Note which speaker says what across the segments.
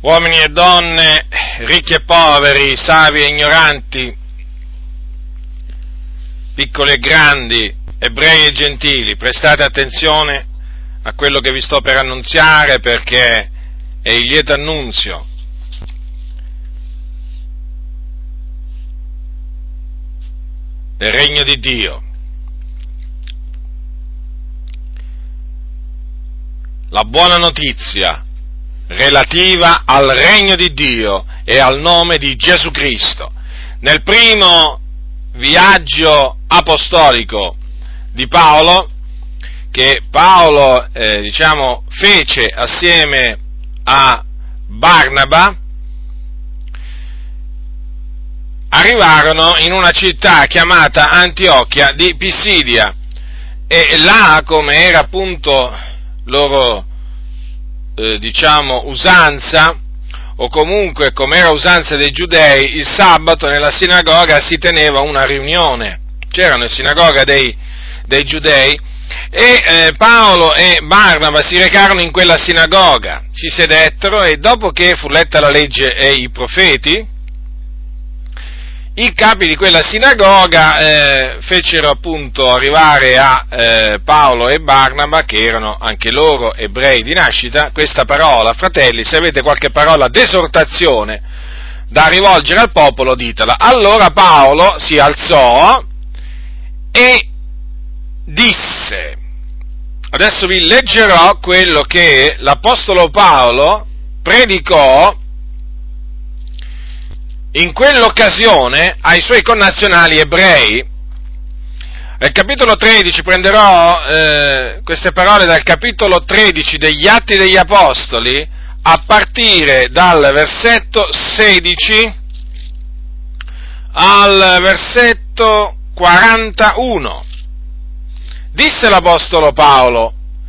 Speaker 1: uomini e donne, ricchi e poveri, savi e ignoranti, piccoli e grandi, ebrei e gentili, prestate attenzione a quello che vi sto per annunziare, perché è il lieto annunzio del regno di Dio. La buona notizia relativa al regno di Dio e al nome di Gesù Cristo. Nel primo viaggio apostolico di Paolo, che Paolo fece assieme a Barnaba, arrivarono in una città chiamata Antiochia di Pisidia, e là, come era appunto loro usanza, o comunque come era usanza dei giudei, il sabato nella sinagoga si teneva una riunione. C'era una sinagoga dei giudei, e Paolo e Barnaba si recarono in quella sinagoga, si sedettero, e dopo che fu letta la legge e i profeti, i capi di quella sinagoga fecero appunto arrivare a Paolo e Barnaba, che erano anche loro ebrei di nascita, questa parola: fratelli, se avete qualche parola d'esortazione da rivolgere al popolo, ditela. Allora Paolo si alzò e disse: adesso vi leggerò quello che l'apostolo Paolo predicò in quell'occasione ai suoi connazionali ebrei. Nel capitolo 13 prenderò queste parole dal capitolo 13 degli Atti degli Apostoli, a partire dal versetto 16 al versetto 41. Disse l'apostolo Paolo: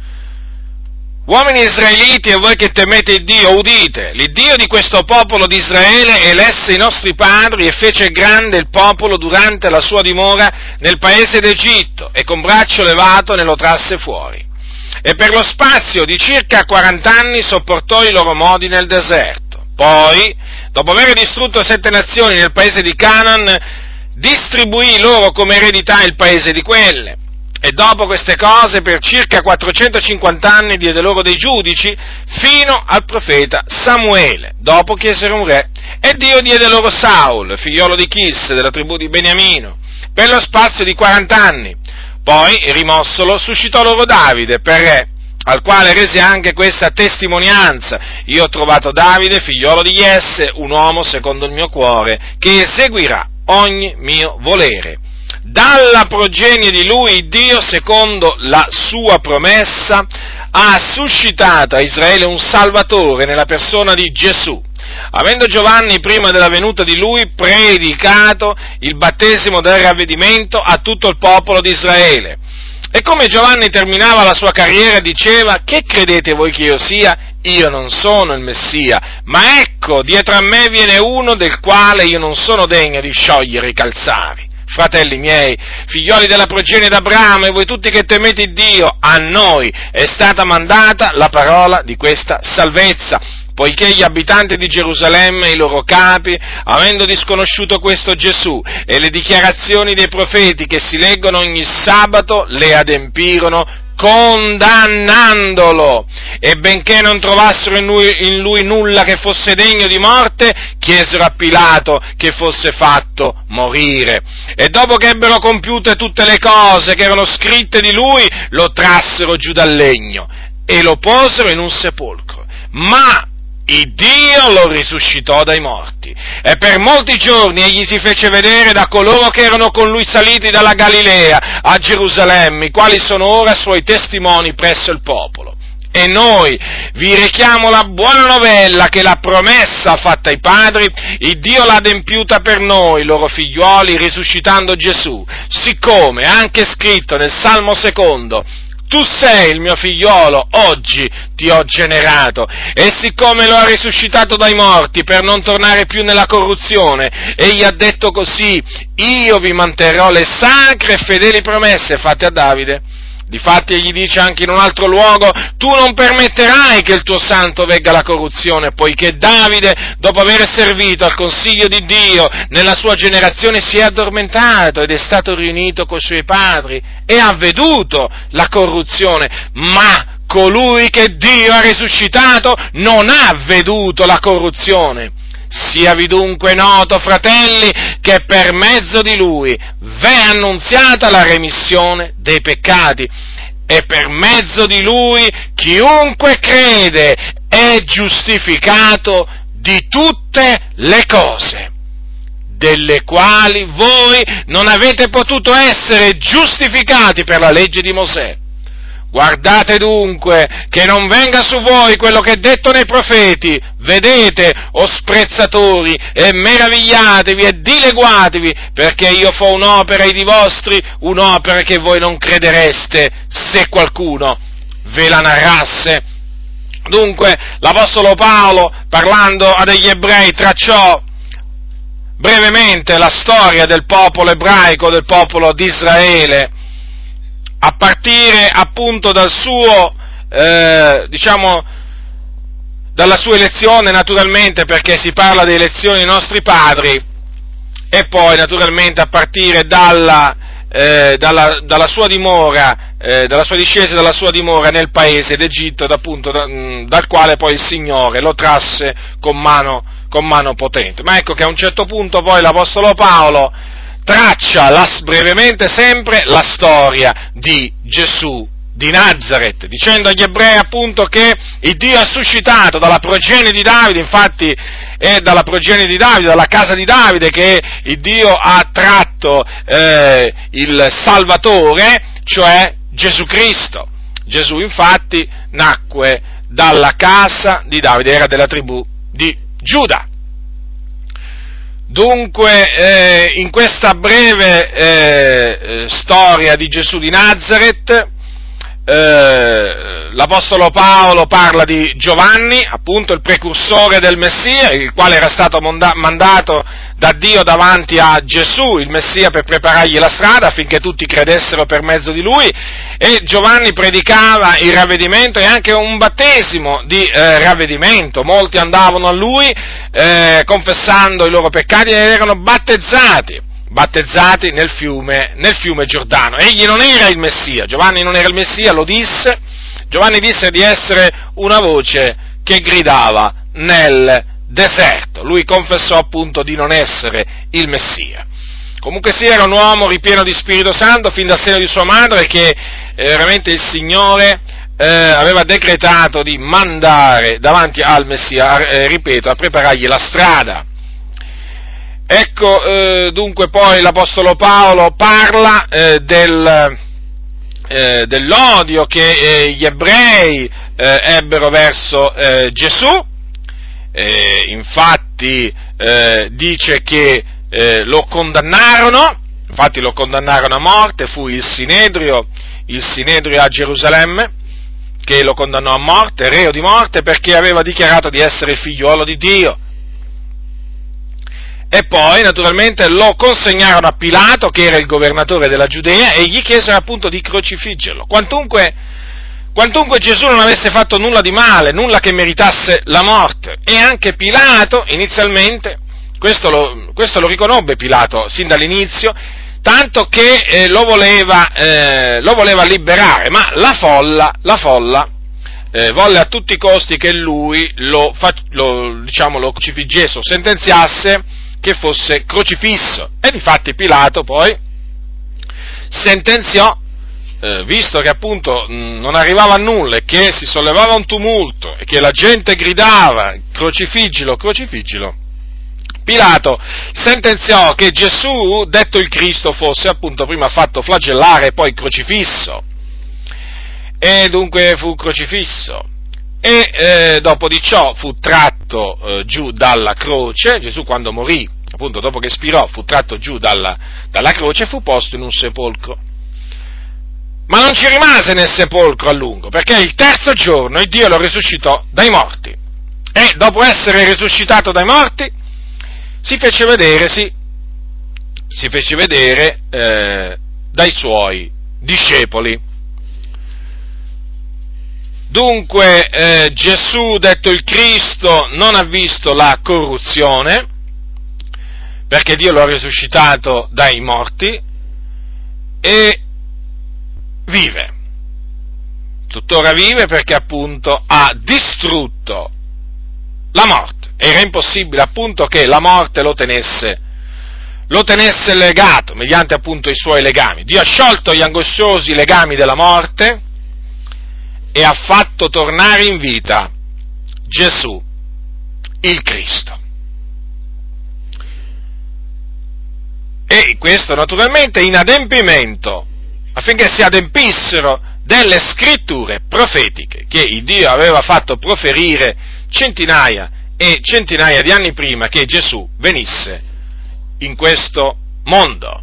Speaker 1: uomini israeliti, e voi che temete Dio, udite, l'Iddio di questo popolo di Israele elesse i nostri padri e fece grande il popolo durante la sua dimora nel paese d'Egitto, e con braccio levato ne lo trasse fuori. E per lo spazio di circa 40 anni sopportò i loro modi nel deserto. Poi, dopo aver distrutto 7 nazioni nel paese di Canaan, distribuì loro come eredità il paese di quelle. E dopo queste cose, per circa 450 anni diede loro dei giudici, fino al profeta Samuele. Dopo chiesero un re, e Dio diede loro Saul, figliolo di Chis, della tribù di Beniamino, per lo spazio di 40 anni. Poi, rimossolo, suscitò loro Davide per re, al quale rese anche questa testimonianza: io ho trovato Davide, figliolo di Jesse, un uomo secondo il mio cuore, che eseguirà ogni mio volere. Dalla progenie di lui, Dio, secondo la sua promessa, ha suscitato a Israele un Salvatore nella persona di Gesù, avendo Giovanni, prima della venuta di lui, predicato il battesimo del ravvedimento a tutto il popolo di Israele. E come Giovanni terminava la sua carriera, diceva: che credete voi che io sia? Io non sono il Messia, ma ecco, dietro a me viene uno del quale io non sono degno di sciogliere i calzari. Fratelli miei, figlioli della progenie d'Abramo, e voi tutti che temete Dio, a noi è stata mandata la parola di questa salvezza, poiché gli abitanti di Gerusalemme e i loro capi, avendo disconosciuto questo Gesù e le dichiarazioni dei profeti che si leggono ogni sabato, le adempirono condannandolo, e benché non trovassero in lui nulla che fosse degno di morte, chiesero a Pilato che fosse fatto morire. E dopo che ebbero compiute tutte le cose che erano scritte di lui, lo trassero giù dal legno e lo posero in un sepolcro. Ma il Dio lo risuscitò dai morti, e per molti giorni egli si fece vedere da coloro che erano con lui saliti dalla Galilea a Gerusalemme, i quali sono ora suoi testimoni presso il popolo. E noi vi rechiamo la buona novella che la promessa fatta ai padri, il Dio l'ha adempiuta per noi, loro figliuoli, risuscitando Gesù, siccome è anche scritto nel Salmo 2: tu sei il mio figliolo, oggi ti ho generato. E siccome lo ha risuscitato dai morti per non tornare più nella corruzione, egli ha detto così: io vi manterrò le sacre e fedeli promesse fatte a Davide. Difatti egli dice anche in un altro luogo: tu non permetterai che il tuo santo vegga alla corruzione, poiché Davide, dopo aver servito al consiglio di Dio nella sua generazione, si è addormentato ed è stato riunito coi suoi padri e ha veduto la corruzione, ma colui che Dio ha risuscitato non ha veduto la corruzione. Siavi dunque noto, fratelli, che per mezzo di lui v'è annunziata la remissione dei peccati, e per mezzo di lui chiunque crede è giustificato di tutte le cose, delle quali voi non avete potuto essere giustificati per la legge di Mosè. Guardate dunque che non venga su voi quello che è detto nei profeti: vedete, o sprezzatori, e meravigliatevi e dileguatevi, perché io fo un'opera ai di vostri, un'opera che voi non credereste se qualcuno ve la narrasse. Dunque l'Apostolo Paolo, parlando a degli ebrei, tracciò brevemente la storia del popolo ebraico, del popolo di Israele, a partire appunto dal suo, dalla sua elezione, naturalmente, perché si parla di elezioni dei nostri padri, e poi naturalmente a partire dalla sua dimora, dalla sua discesa dalla sua dimora nel paese d'Egitto, appunto, dal quale poi il Signore lo trasse con mano potente. Ma ecco che a un certo punto poi l'Apostolo Paolo traccia brevemente sempre la storia di Gesù di Nazaret, dicendo agli ebrei appunto che il Dio ha suscitato dalla progenie di Davide, infatti è dalla progenie di Davide, dalla casa di Davide, che il Dio ha tratto il Salvatore, cioè Gesù Cristo. Gesù infatti nacque dalla casa di Davide, era della tribù di Giuda. Dunque, in questa breve storia di Gesù di Nazaret, l'Apostolo Paolo parla di Giovanni, appunto il precursore del Messia, il quale era stato mandato da Dio davanti a Gesù, il Messia, per preparargli la strada affinché tutti credessero per mezzo di lui, e Giovanni predicava il ravvedimento e anche un battesimo di ravvedimento. Molti andavano a lui confessando i loro peccati ed erano battezzati nel fiume Giordano. Egli non era il Messia, Giovanni non era il Messia, lo disse. Giovanni disse di essere una voce che gridava nel deserto. Lui confessò appunto di non essere il Messia. Comunque sia, era un uomo ripieno di Spirito Santo fin dal seno di sua madre, che veramente il Signore aveva decretato di mandare davanti al Messia, ripeto, a preparargli la strada. Ecco, dunque poi l'Apostolo Paolo parla dell'odio che gli ebrei ebbero verso Gesù, infatti dice che lo condannarono a morte. Fu il Sinedrio a Gerusalemme che lo condannò a morte, reo di morte, perché aveva dichiarato di essere figliuolo di Dio. E poi, naturalmente, lo consegnarono a Pilato, che era il governatore della Giudea, e gli chiesero appunto di crocifiggerlo, quantunque Gesù non avesse fatto nulla di male, nulla che meritasse la morte. E anche Pilato, inizialmente, questo lo riconobbe Pilato sin dall'inizio, tanto che lo voleva liberare, ma la folla volle a tutti i costi che lui lo crocifiggesse o sentenziasse che fosse crocifisso. E difatti Pilato poi sentenziò, visto che appunto non arrivava a nulla e che si sollevava un tumulto e che la gente gridava crocifiggilo, crocifiggilo, Pilato sentenziò che Gesù, detto il Cristo, fosse appunto prima fatto flagellare e poi crocifisso. E dunque fu crocifisso. E dopo di ciò fu tratto giù dalla croce. Gesù, quando morì, appunto dopo che spirò, fu tratto giù dalla croce e fu posto in un sepolcro. Ma non ci rimase nel sepolcro a lungo, perché il terzo giorno il Dio lo risuscitò dai morti. E dopo essere risuscitato dai morti, si fece vedere dai suoi discepoli. Dunque Gesù, detto il Cristo, non ha visto la corruzione, perché Dio lo ha risuscitato dai morti e vive. Tuttora vive perché appunto ha distrutto la morte. Era impossibile appunto che la morte lo tenesse legato mediante appunto i suoi legami. Dio ha sciolto gli angosciosi legami della morte e ha fatto tornare in vita Gesù, il Cristo. E questo naturalmente in adempimento, affinché si adempissero delle scritture profetiche che il Dio aveva fatto proferire centinaia e centinaia di anni prima che Gesù venisse in questo mondo.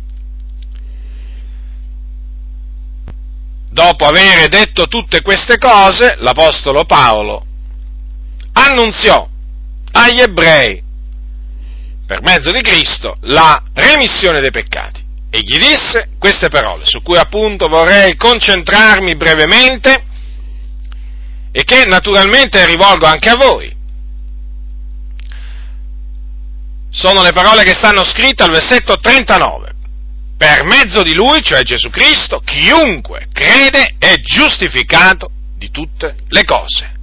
Speaker 1: Dopo aver detto tutte queste cose, l'Apostolo Paolo annunziò agli ebrei, per mezzo di Cristo, la remissione dei peccati. E gli disse queste parole, su cui appunto vorrei concentrarmi brevemente e che naturalmente rivolgo anche a voi. Sono le parole che stanno scritte al versetto 39. Per mezzo di Lui, cioè Gesù Cristo, chiunque crede è giustificato di tutte le cose.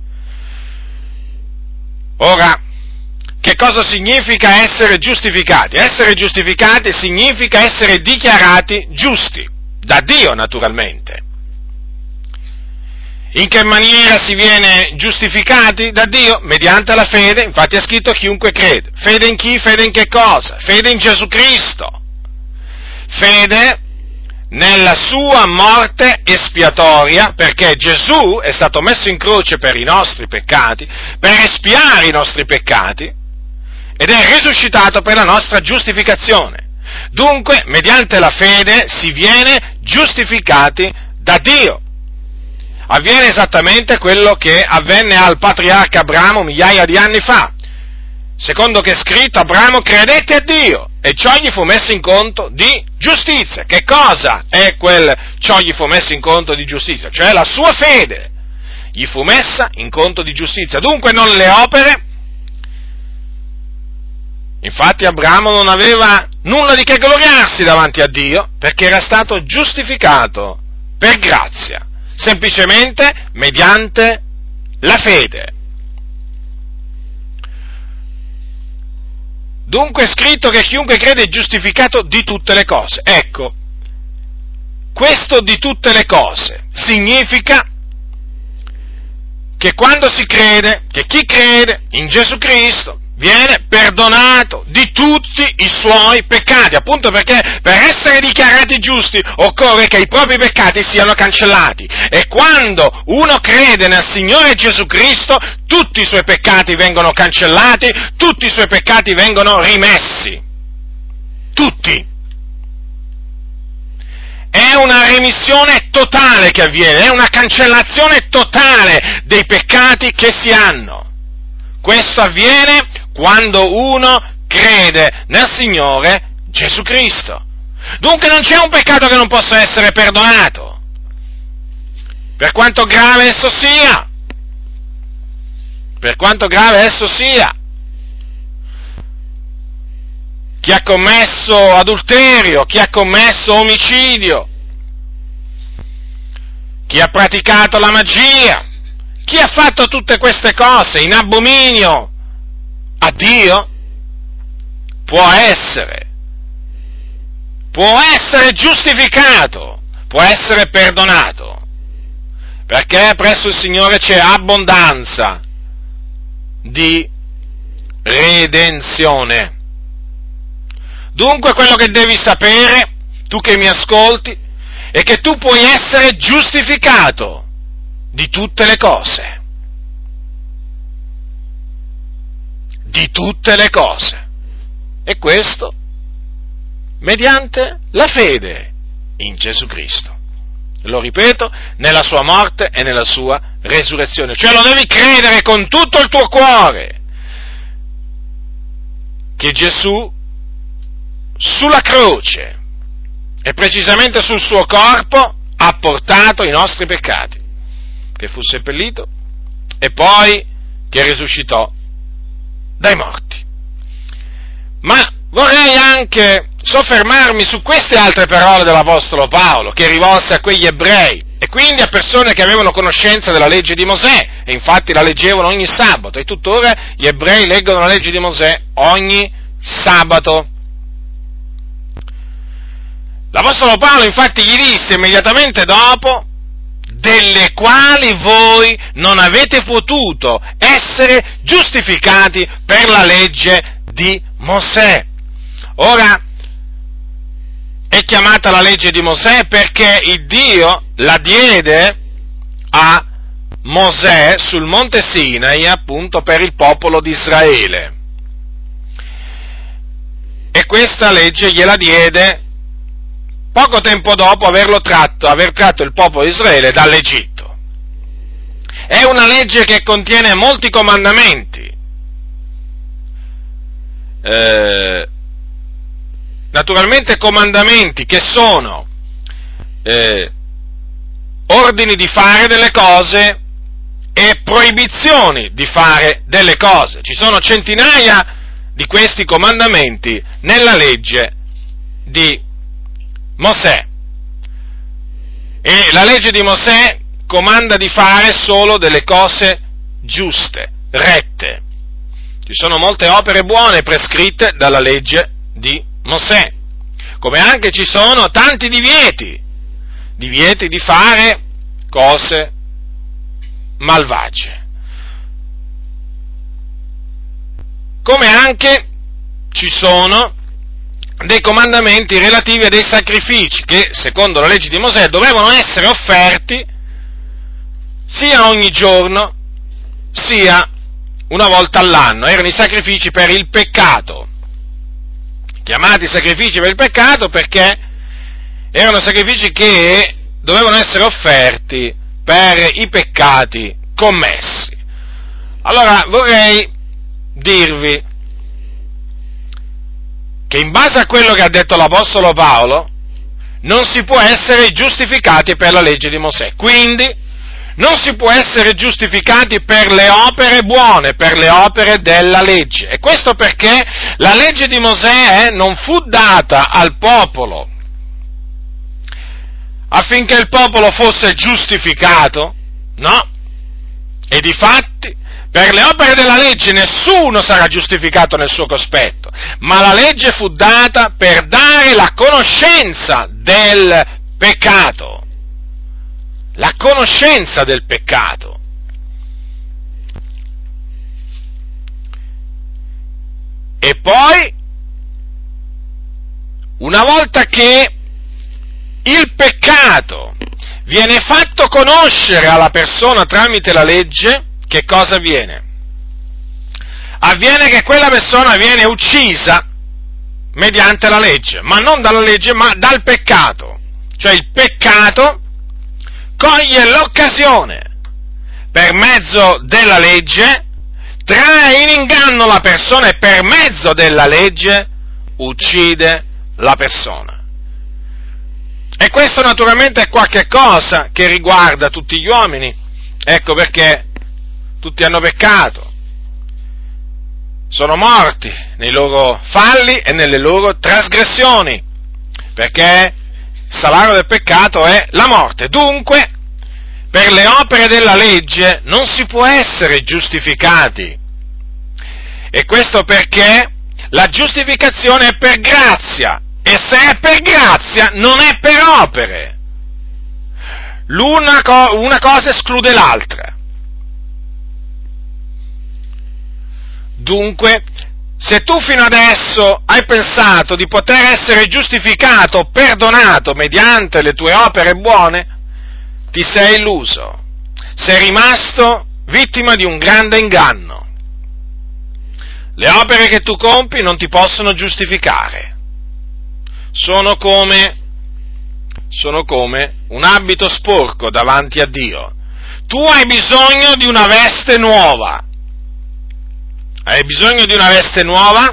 Speaker 1: Ora, che cosa significa essere giustificati? Essere giustificati significa essere dichiarati giusti, da Dio naturalmente. In che maniera si viene giustificati da Dio? Mediante la fede, infatti è scritto chiunque crede. Fede in chi? Fede in che cosa? Fede in Gesù Cristo. Fede nella sua morte espiatoria, perché Gesù è stato messo in croce per i nostri peccati, per espiare i nostri peccati, ed è risuscitato per la nostra giustificazione. Dunque, mediante la fede si viene giustificati da Dio. Avviene esattamente quello che avvenne al patriarca Abramo migliaia di anni fa. Secondo che è scritto, Abramo credette a Dio e ciò gli fu messo in conto di giustizia. Che cosa è quel ciò gli fu messo in conto di giustizia? Cioè la sua fede gli fu messa in conto di giustizia. Dunque non le opere. Infatti Abramo non aveva nulla di che gloriarsi davanti a Dio, perché era stato giustificato per grazia, semplicemente mediante la fede. Dunque è scritto che chiunque crede è giustificato di tutte le cose. Ecco, questo di tutte le cose significa che quando si crede, che chi crede in Gesù Cristo viene perdonato di tutti i suoi peccati, appunto perché per essere dichiarati giusti occorre che i propri peccati siano cancellati, e quando uno crede nel Signore Gesù Cristo tutti i suoi peccati vengono cancellati, tutti i suoi peccati vengono rimessi, tutti. È una remissione totale che avviene, è una cancellazione totale dei peccati che si hanno. Questo avviene quando uno crede nel Signore Gesù Cristo. Dunque non c'è un peccato che non possa essere perdonato, per quanto grave esso sia. Per quanto grave esso sia. Chi ha commesso adulterio, chi ha commesso omicidio, chi ha praticato la magia, chi ha fatto tutte queste cose in abominio a Dio, può essere giustificato, può essere perdonato, perché presso il Signore c'è abbondanza di redenzione. Dunque quello che devi sapere, tu che mi ascolti, è che tu puoi essere giustificato di tutte le cose. Di tutte le cose. E questo mediante la fede in Gesù Cristo. Lo ripeto, nella sua morte e nella sua resurrezione. Cioè lo devi credere con tutto il tuo cuore che Gesù sulla croce e precisamente sul suo corpo ha portato i nostri peccati. che fu seppellito e poi che risuscitò dai morti. Ma vorrei anche soffermarmi su queste altre parole dell'Apostolo Paolo, che rivolse a quegli ebrei, e quindi a persone che avevano conoscenza della legge di Mosè, e infatti la leggevano ogni sabato, e tuttora gli ebrei leggono la legge di Mosè ogni sabato. L'Apostolo Paolo infatti gli disse immediatamente dopo: delle quali voi non avete potuto essere giustificati per la legge di Mosè. Ora, è chiamata la legge di Mosè perché il Dio la diede a Mosè sul monte Sinai, appunto, per il popolo di Israele. E questa legge gliela diede poco tempo dopo aver tratto il popolo di Israele dall'Egitto. È una legge che contiene molti comandamenti. Naturalmente comandamenti che sono ordini di fare delle cose e proibizioni di fare delle cose. Ci sono centinaia di questi comandamenti nella legge di Mosè. E la legge di Mosè comanda di fare solo delle cose giuste, rette. Ci sono molte opere buone prescritte dalla legge di Mosè, come anche ci sono tanti divieti di fare cose malvagie. Come anche ci sono dei comandamenti relativi a dei sacrifici che, secondo la legge di Mosè, dovevano essere offerti sia ogni giorno, sia una volta all'anno. Erano i sacrifici per il peccato, chiamati sacrifici per il peccato perché erano sacrifici che dovevano essere offerti per i peccati commessi. Allora, vorrei dirvi che in base a quello che ha detto l'Apostolo Paolo non si può essere giustificati per la legge di Mosè, quindi non si può essere giustificati per le opere buone, per le opere della legge. E questo perché la legge di Mosè non fu data al popolo affinché il popolo fosse giustificato, no? E difatti per le opere della legge nessuno sarà giustificato nel suo cospetto, ma la legge fu data per dare la conoscenza del peccato. La conoscenza del peccato. E poi, una volta che il peccato viene fatto conoscere alla persona tramite la legge, che cosa avviene? Avviene che quella persona viene uccisa mediante la legge, ma non dalla legge, ma dal peccato. Cioè il peccato coglie l'occasione, per mezzo della legge, trae in inganno la persona e per mezzo della legge uccide la persona. E questo naturalmente è qualche cosa che riguarda tutti gli uomini, ecco perché tutti hanno peccato, sono morti nei loro falli e nelle loro trasgressioni, perché il salario del peccato è la morte. Dunque, per le opere della legge non si può essere giustificati. E questo perché la giustificazione è per grazia, e se è per grazia non è per opere. Una cosa esclude l'altra. Dunque, se tu fino adesso hai pensato di poter essere giustificato, perdonato mediante le tue opere buone, ti sei illuso, sei rimasto vittima di un grande inganno. Le opere che tu compi non ti possono giustificare, sono come un abito sporco davanti a Dio. Tu hai bisogno di una veste nuova. Hai bisogno di una veste nuova,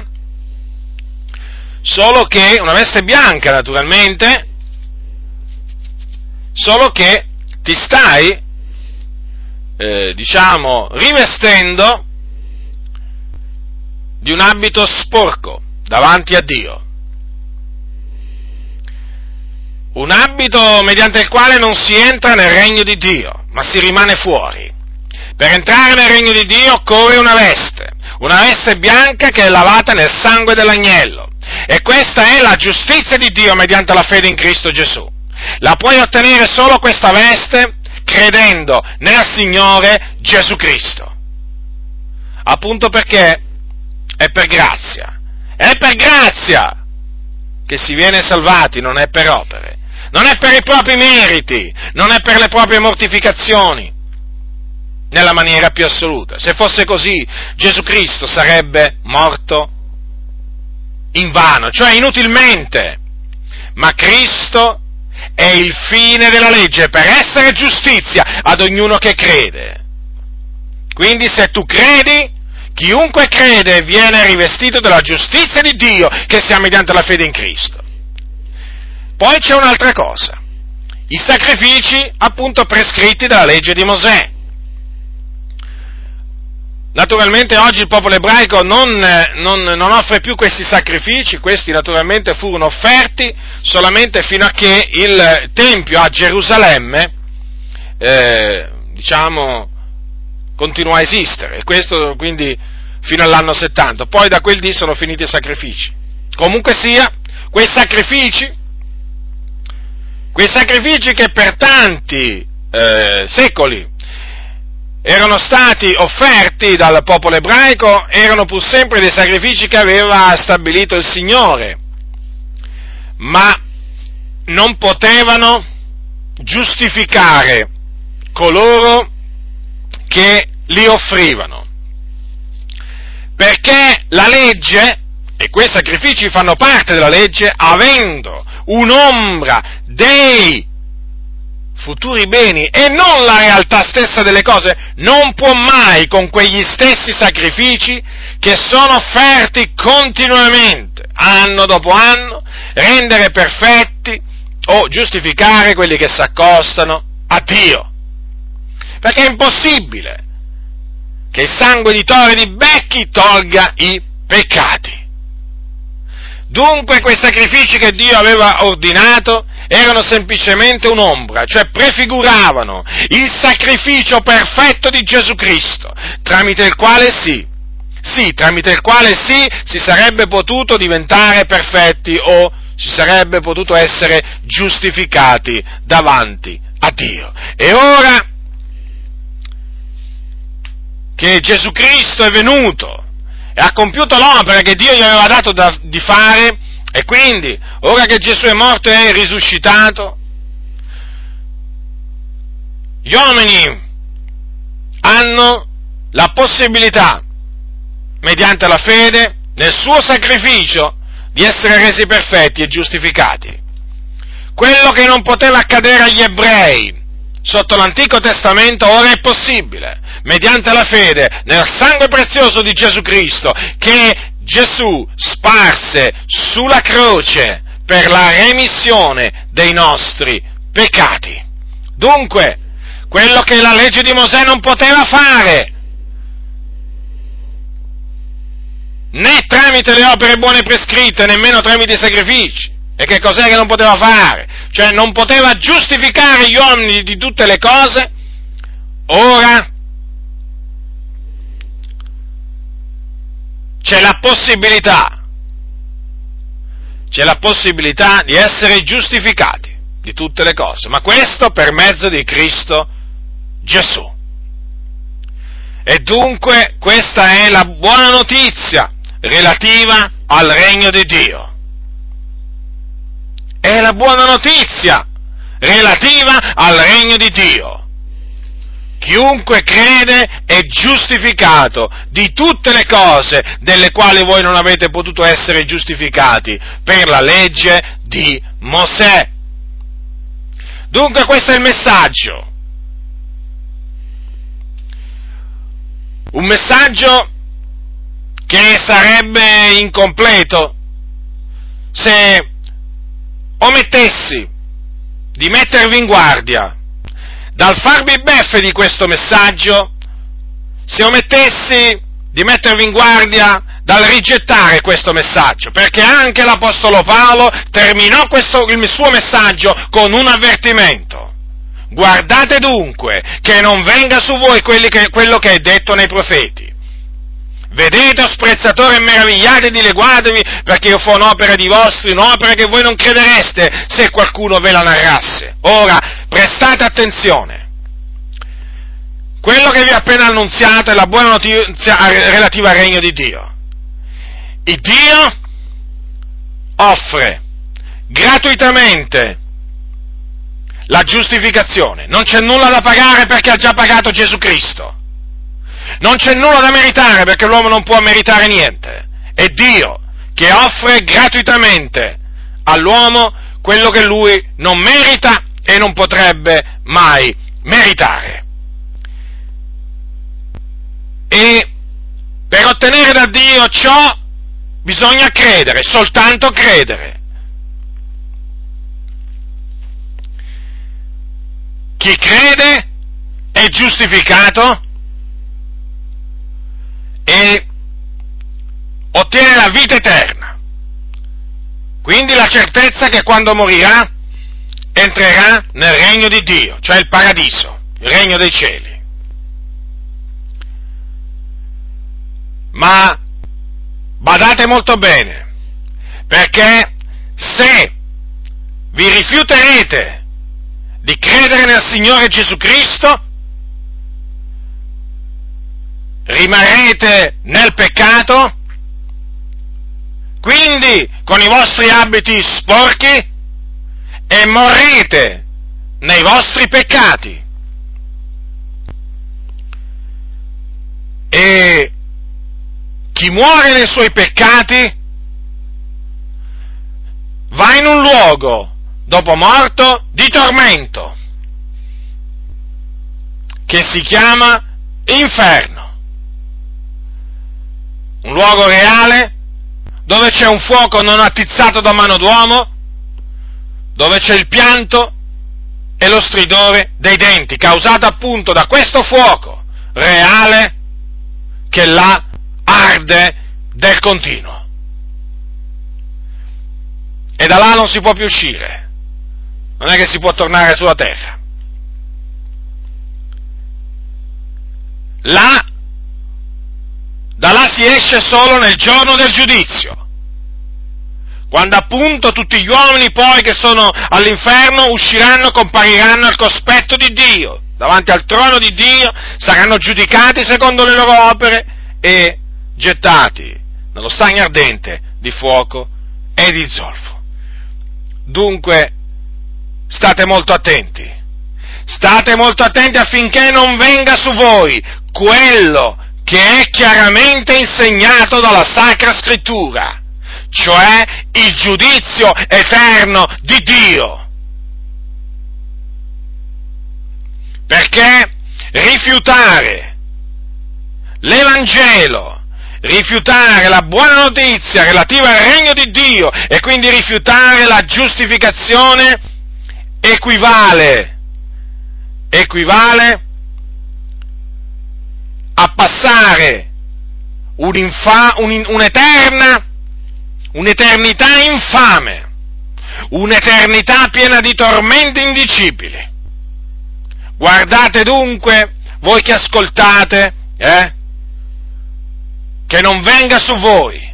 Speaker 1: solo che, una veste bianca naturalmente, solo che ti stai rivestendo di un abito sporco davanti a Dio. Un abito mediante il quale non si entra nel regno di Dio, ma si rimane fuori. Per entrare nel regno di Dio occorre una veste bianca che è lavata nel sangue dell'agnello. E questa è la giustizia di Dio mediante la fede in Cristo Gesù. La puoi ottenere solo questa veste credendo nel Signore Gesù Cristo. Appunto perché è per grazia. È per grazia che si viene salvati, non è per opere. Non è per i propri meriti, non è per le proprie mortificazioni, nella maniera più assoluta. Se fosse così, Gesù Cristo sarebbe morto invano, cioè inutilmente. Ma Cristo è il fine della legge per essere giustizia ad ognuno che crede. Quindi se tu credi, chiunque crede viene rivestito della giustizia di Dio che sia mediante la fede in Cristo. Poi c'è un'altra cosa, i sacrifici appunto prescritti dalla legge di Mosè. Naturalmente oggi il popolo ebraico non offre più questi sacrifici, questi naturalmente furono offerti solamente fino a che il Tempio a Gerusalemme, continuò a esistere, e questo quindi fino all'anno 70, poi da quel dì sono finiti i sacrifici. Comunque sia, quei sacrifici che per tanti secoli erano stati offerti dal popolo ebraico, erano pur sempre dei sacrifici che aveva stabilito il Signore, ma non potevano giustificare coloro che li offrivano, perché la legge, e quei sacrifici fanno parte della legge, avendo un'ombra dei futuri beni e non la realtà stessa delle cose, non può mai con quegli stessi sacrifici che sono offerti continuamente, anno dopo anno, rendere perfetti o giustificare quelli che si accostano a Dio. Perché è impossibile che il sangue di tori e di becchi tolga i peccati. Dunque quei sacrifici che Dio aveva ordinato erano semplicemente un'ombra, cioè prefiguravano il sacrificio perfetto di Gesù Cristo, tramite il quale si sarebbe potuto diventare perfetti o si sarebbe potuto essere giustificati davanti a Dio. E ora che Gesù Cristo è venuto e ha compiuto l'opera che Dio gli aveva dato di fare, e quindi, ora che Gesù è morto e è risuscitato, gli uomini hanno la possibilità, mediante la fede, nel suo sacrificio, di essere resi perfetti e giustificati. Quello che non poteva accadere agli ebrei sotto l'Antico Testamento ora è possibile, mediante la fede nel sangue prezioso di Gesù Cristo, che Gesù sparse sulla croce per la remissione dei nostri peccati. Dunque, quello che la legge di Mosè non poteva fare, né tramite le opere buone prescritte, nemmeno tramite i sacrifici. E che cos'è che non poteva fare? Cioè non poteva giustificare gli uomini di tutte le cose. Ora c'è la possibilità di essere giustificati di tutte le cose, ma questo per mezzo di Cristo Gesù. E dunque questa è la buona notizia relativa al regno di Dio. È la buona notizia relativa al regno di Dio. Chiunque crede è giustificato di tutte le cose delle quali voi non avete potuto essere giustificati per la legge di Mosè. Dunque questo è il messaggio. Un messaggio che sarebbe incompleto se omettessi di mettervi in guardia dal farvi beffe di questo messaggio, se omettessi di mettervi in guardia dal rigettare questo messaggio, perché anche l'Apostolo Paolo terminò il suo messaggio con un avvertimento. Guardate dunque che non venga su voi quello che è detto nei profeti. Vedete, o sprezzatori, e meravigliate, dileguatevi, perché io fo un'opera di vostri, un'opera che voi non credereste se qualcuno ve la narrasse. Ora, prestate attenzione. Quello che vi ho appena annunziato è la buona notizia relativa al regno di Dio. Il Dio offre gratuitamente la giustificazione, non c'è nulla da pagare perché ha già pagato Gesù Cristo, non c'è nulla da meritare perché l'uomo non può meritare niente, è Dio che offre gratuitamente all'uomo quello che lui non merita e non potrebbe mai meritare. E per ottenere da Dio ciò bisogna credere, soltanto credere. Chi crede è giustificato e ottiene la vita eterna. Quindi la certezza che quando morirà entrerà nel regno di Dio, cioè il paradiso, il regno dei cieli. Ma badate molto bene, perché se vi rifiuterete di credere nel Signore Gesù Cristo, rimarrete nel peccato, quindi con i vostri abiti sporchi, e morrete nei vostri peccati. E chi muore nei suoi peccati va in un luogo dopo morto di tormento che si chiama inferno, un luogo reale dove c'è un fuoco non attizzato da mano d'uomo, dove c'è il pianto e lo stridore dei denti, causato appunto da questo fuoco reale che là arde del continuo. E da là non si può più uscire, non è che si può tornare sulla terra. Da là si esce solo nel giorno del giudizio, quando appunto tutti gli uomini poi che sono all'inferno usciranno, compariranno al cospetto di Dio, davanti al trono di Dio, saranno giudicati secondo le loro opere e gettati nello stagno ardente di fuoco e di zolfo. Dunque, state molto attenti affinché non venga su voi quello che è chiaramente insegnato dalla Sacra Scrittura, cioè il giudizio eterno di Dio. Perché rifiutare l'Evangelo, rifiutare la buona notizia relativa al regno di Dio e quindi rifiutare la giustificazione equivale a passare un'eternità infame, un'eternità piena di tormenti indicibili. Guardate dunque, voi che ascoltate, che non venga su voi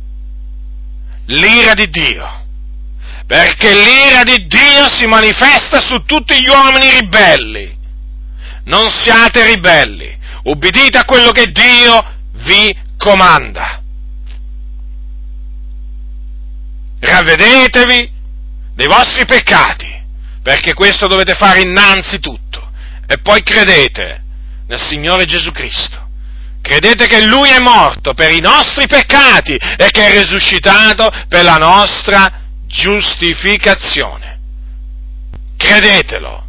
Speaker 1: l'ira di Dio, perché l'ira di Dio si manifesta su tutti gli uomini ribelli. Non siate ribelli, ubbidite a quello che Dio vi comanda. Ravvedetevi dei vostri peccati, perché questo dovete fare innanzitutto, e poi credete nel Signore Gesù Cristo. Credete che Lui è morto per i nostri peccati e che è risuscitato per la nostra giustificazione. Credetelo,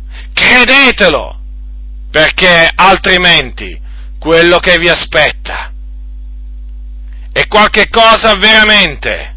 Speaker 1: perché altrimenti quello che vi aspetta è qualche cosa veramente,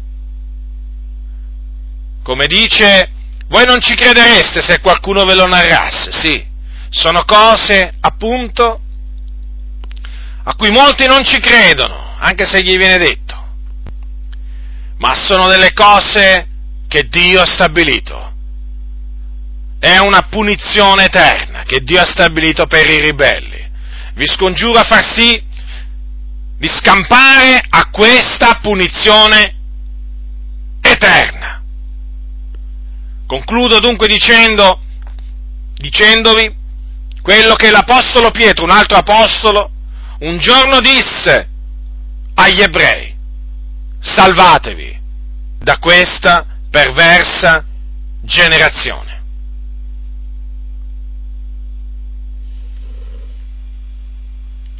Speaker 1: come dice, voi non ci credereste se qualcuno ve lo narrasse, sì, sono cose, appunto, a cui molti non ci credono, anche se gli viene detto, ma sono delle cose che Dio ha stabilito. È una punizione eterna che Dio ha stabilito per i ribelli. Vi scongiuro a far sì di scampare a questa punizione eterna. Concludo dunque dicendovi quello che l'Apostolo Pietro, un altro apostolo, un giorno disse agli ebrei: salvatevi da questa perversa generazione.